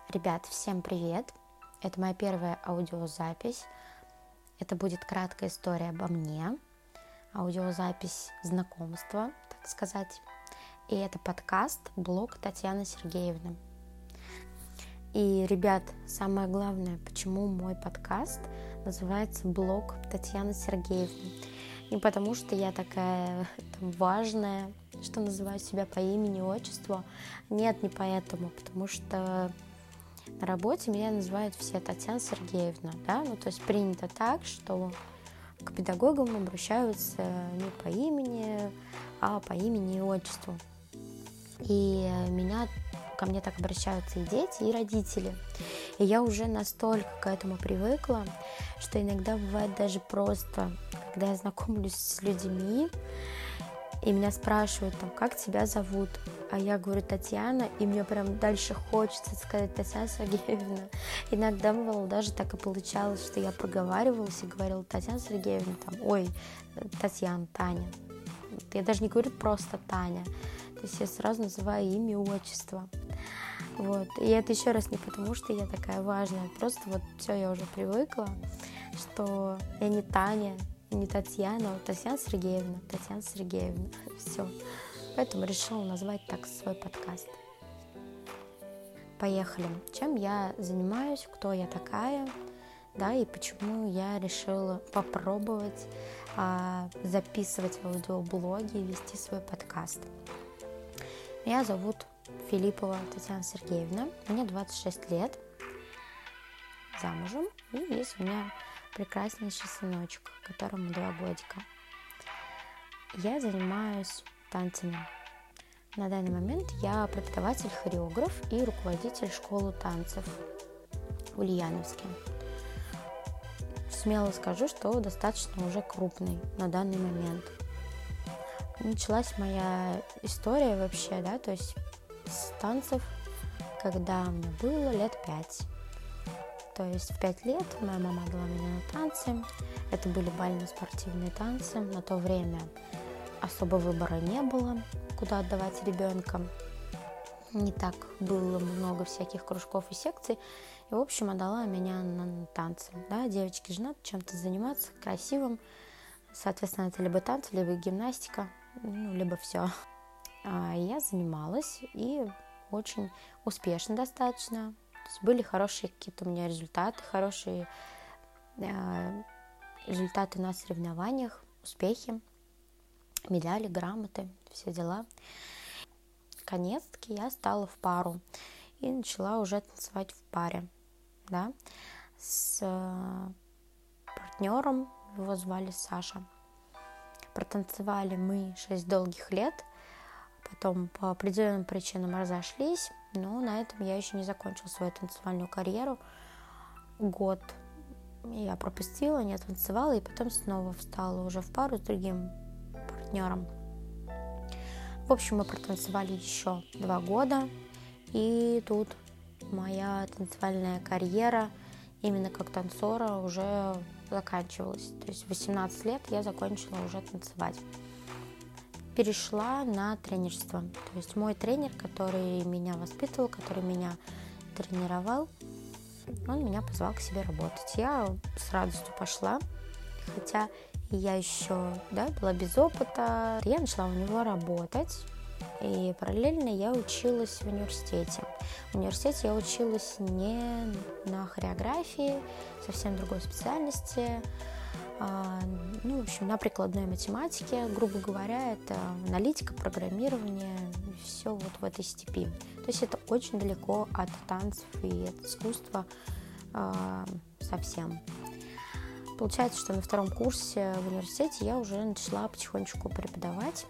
Ребят, всем привет! Это моя первая аудиозапись. Это будет краткая история обо мне, аудиозапись знакомства, так сказать. И это подкаст «Блог Татьяны Сергеевны». И, ребят, самое главное, почему мой подкаст называется «Блог Татьяны Сергеевны». Не потому, что я такая важная, что называю себя по имени, отчеству. Нет, не поэтому, потому что на работе меня называют все Татьяна Сергеевна, да, то есть принято так, что к педагогам обращаются не по имени, а по имени и отчеству. И ко мне так обращаются и дети, и родители. И я уже настолько к этому привыкла, что иногда бывает даже просто, когда я знакомлюсь с людьми, и меня спрашивают, как тебя зовут? А я говорю Татьяна, и мне прям дальше хочется сказать Татьяна Сергеевна. Иногда бывало даже так и получалось, что я проговаривалась и говорила Татьяна Сергеевна, Татьяна, Таня. Я даже не говорю просто Таня. То есть я сразу называю имя и отчество. И это еще раз не потому, что я такая важная, просто все, я уже привыкла, что я не Таня, не Татьяна, а Татьяна Сергеевна. Все. Поэтому решила назвать так свой подкаст. Поехали. Чем я занимаюсь, кто я такая, да, и почему я решила попробовать записывать аудиоблоги и вести свой подкаст. Меня зовут Филиппова Татьяна Сергеевна, мне 26 лет, замужем, и есть у меня прекраснейший сыночек, которому 2 годика. Я занимаюсь танцами. На данный момент я преподаватель-хореограф и руководитель школы танцев в Ульяновске. Смело скажу, что достаточно уже крупный на данный момент. Началась моя история вообще, то есть с танцев, когда мне было лет 5. То есть в 5 лет моя мама отдала меня на танцы. Это были бально-спортивные танцы. На то время особо выбора не было, куда отдавать ребенка. Не так было много всяких кружков и секций. И, в общем, отдала меня на танцы. Да, девочки же надо чем-то заниматься красивым. Соответственно, это либо танцы, либо гимнастика, либо все. Я занималась и очень успешно достаточно. То есть были хорошие какие-то у меня результаты, хорошие результаты на соревнованиях, успехи, медали, грамоты, все дела. Наконец-таки я стала в пару и начала уже танцевать в паре, да, с партнером, его звали Саша. Протанцевали мы 6 долгих лет, потом по определенным причинам разошлись, но на этом я еще не закончила свою танцевальную карьеру. Год я пропустила, не танцевала, и потом снова встала уже в пару с другим партнером. В общем, мы протанцевали еще 2 года, и тут моя танцевальная карьера именно как танцора уже заканчивалась. То есть в 18 лет я закончила уже танцевать. Перешла на тренерство. То есть мой тренер, который меня воспитывал, который меня тренировал, он меня позвал к себе работать. Я с радостью пошла, хотя я еще была без опыта. Я начала у него работать, и параллельно я училась в университете. В университете я училась не на хореографии, совсем другой специальности, в общем, на прикладной математике, грубо говоря, это аналитика, программирование, все в этой степи. То есть это очень далеко от танцев и от искусства совсем. Получается, что на 2 курсе в университете я уже начала потихонечку преподавать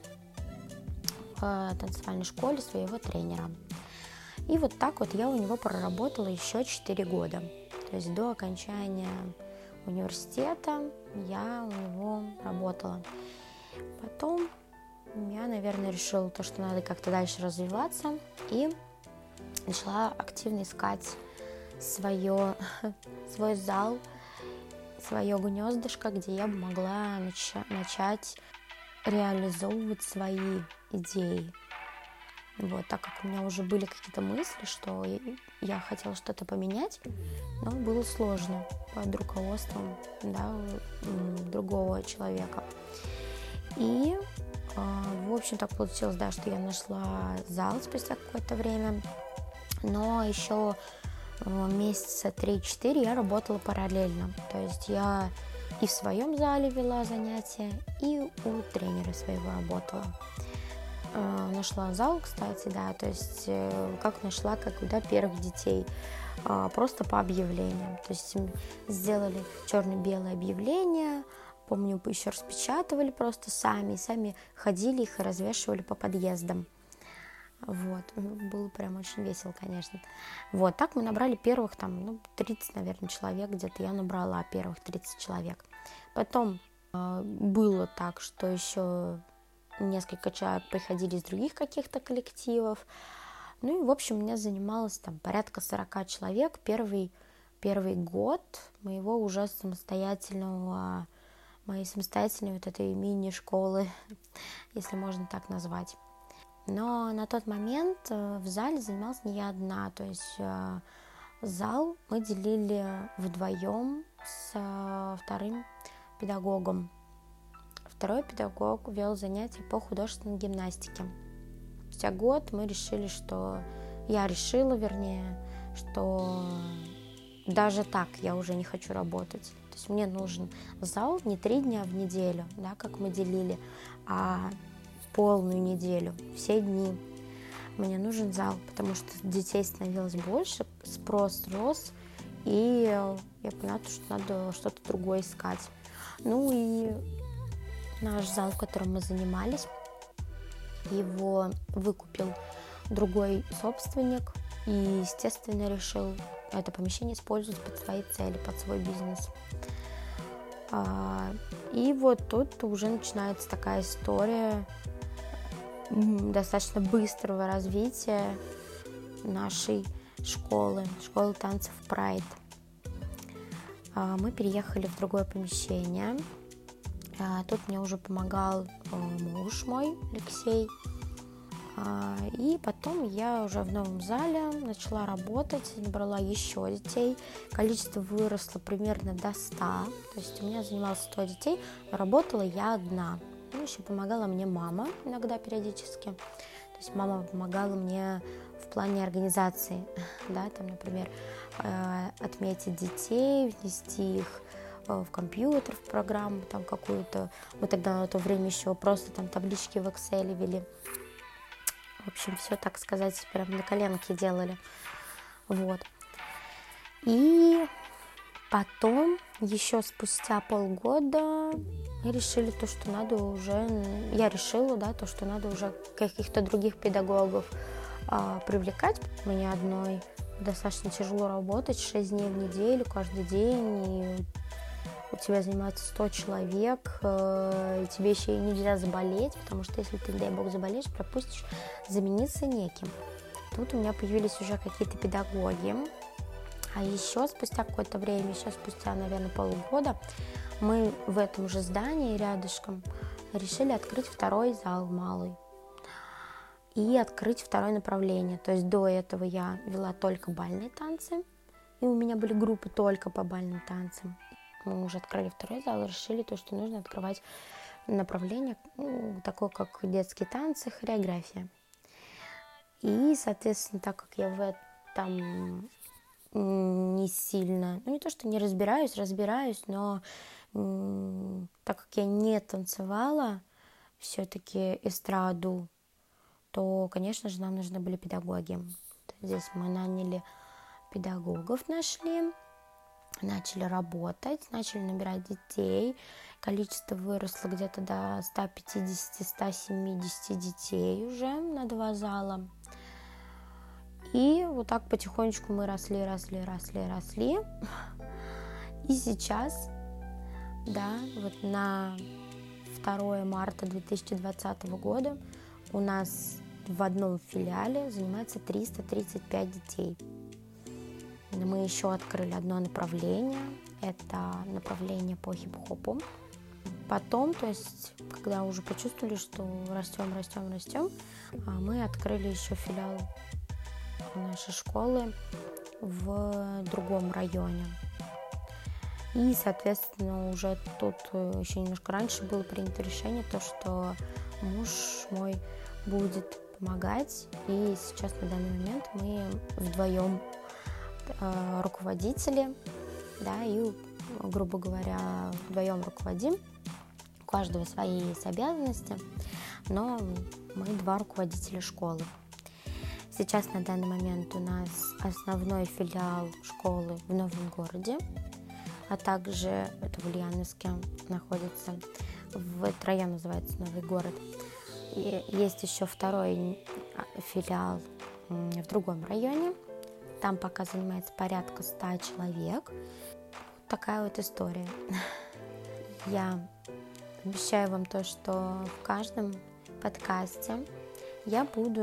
в танцевальной школе своего тренера. И так я у него проработала еще 4 года. То есть до окончания университета я у него работала. Потом я, наверное, решила что надо как-то дальше развиваться, и начала активно искать свой зал, свое гнездышко, где я бы могла начать реализовывать свои идеи. Вот, так как у меня уже были какие-то мысли, что я хотела что-то поменять, но было сложно под руководством, да, другого человека. И, в общем, так получилось, да, что я нашла зал спустя какое-то время, но еще месяца 3-4 я работала параллельно. То есть я и в своем зале вела занятия, и у тренера своего работала. Нашла зал, кстати, да, то есть как нашла, когда первых детей, просто по объявлениям. То есть сделали черно-белое объявление, помню, еще распечатывали просто сами ходили их и развешивали по подъездам. Вот, было прям очень весело, конечно. Вот, так мы набрали первых 30, наверное, человек, где-то я набрала первых 30 человек. Потом было так, что еще несколько человек приходили из других каких-то коллективов. Ну и, в общем, меня занималось порядка 40 человек. Первый год моей самостоятельной вот этой мини-школы, если можно так назвать. Но на тот момент в зале занималась не я одна, то есть зал мы делили вдвоем с вторым педагогом. Второй педагог вел занятия по художественной гимнастике. Спустя год мы решили, что даже так я уже не хочу работать. То есть мне нужен зал не 3 дня в неделю, да, как мы делили, а полную неделю, все дни. Мне нужен зал, потому что детей становилось больше, спрос рос, и я поняла, что надо что-то другое искать. Ну и наш зал, в котором мы занимались, его выкупил другой собственник и, естественно, решил это помещение использовать под свои цели, под свой бизнес. И вот тут уже начинается такая история достаточно быстрого развития нашей школы танцев Pride. Мы переехали в другое помещение. Тут мне уже помогал муж мой, Алексей. И потом я уже в новом зале начала работать, набрала еще детей. Количество выросло примерно до 100. То есть у меня занималось 100 детей, но работала я одна. Ну, еще помогала мне мама иногда периодически. То есть мама помогала мне в плане организации, да, например, отметить детей, внести их в компьютер, в программу какую-то. Мы тогда на то время еще просто таблички в Excel вели. В общем, все, так сказать, прям на коленке делали. Вот. И потом, еще спустя полгода, я решила, что надо уже каких-то других педагогов привлекать. Мне одной достаточно тяжело работать 6 дней в неделю, каждый день, и у тебя занимается 100 человек, и тебе еще и нельзя заболеть, потому что если ты, дай бог, заболеешь, пропустишь, замениться неким. Тут у меня появились уже какие-то педагоги, а еще спустя какое-то время, наверное, полгода, мы в этом же здании рядышком решили открыть второй зал малый и открыть второе направление. То есть до этого я вела только бальные танцы, и у меня были группы только по бальным танцам. Мы уже открыли второй зал и решили, что нужно открывать направление, такое как детские танцы, хореография. И, соответственно, так как я в этом не сильно, не то что не разбираюсь, но так как я не танцевала все-таки эстраду, то, конечно же, нам нужны были педагоги. Здесь мы наняли педагогов, начали работать, начали набирать детей. Количество выросло где-то до 150-170 детей уже на 2 зала. И вот так потихонечку мы росли. И сейчас, да, вот на 2 марта 2020 года у нас в одном филиале занимается 335 детей. Мы еще открыли одно направление. Это направление по хип-хопу. потом, то есть, когда уже почувствовали, что растем, мы открыли еще филиал нашей школы в другом районе. И, соответственно, уже тут еще немножко раньше было принято решение, то, что муж мой будет помогать. И сейчас на данный момент мы вдвоем руководители, да, и, грубо говоря, вдвоем руководим. У каждого свои есть обязанности, но мы два руководителя школы. Сейчас на данный момент у нас основной филиал школы в Новом городе, а также это в Ульяновске находится, этот район называется Новый город. И есть еще второй филиал в другом районе, там пока занимается порядка 100 человек. Вот такая вот история. Я обещаю вам то, что в каждом подкасте я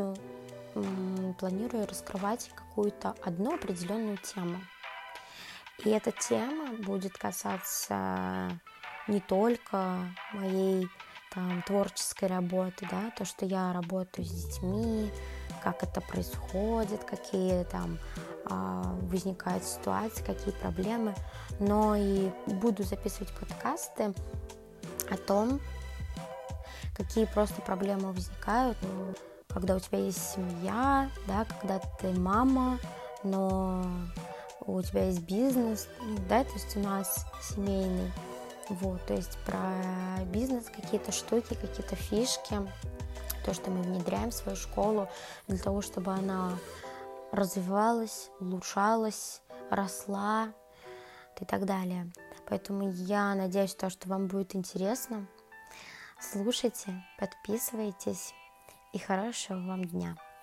планирую раскрывать какую-то одну определенную тему. И эта тема будет касаться не только моей творческой работы, да, то, что я работаю с детьми, как это происходит, какие возникают ситуации, какие проблемы, но и буду записывать подкасты о том, какие просто проблемы возникают, когда у тебя есть семья, да, когда ты мама, но у тебя есть бизнес, да, то есть у нас семейный, вот, то есть про бизнес, какие-то штуки, какие-то фишки, то, что мы внедряем в свою школу для того, чтобы она развивалась, улучшалась, росла и так далее. Поэтому я надеюсь, что вам будет интересно. Слушайте, подписывайтесь и хорошего вам дня.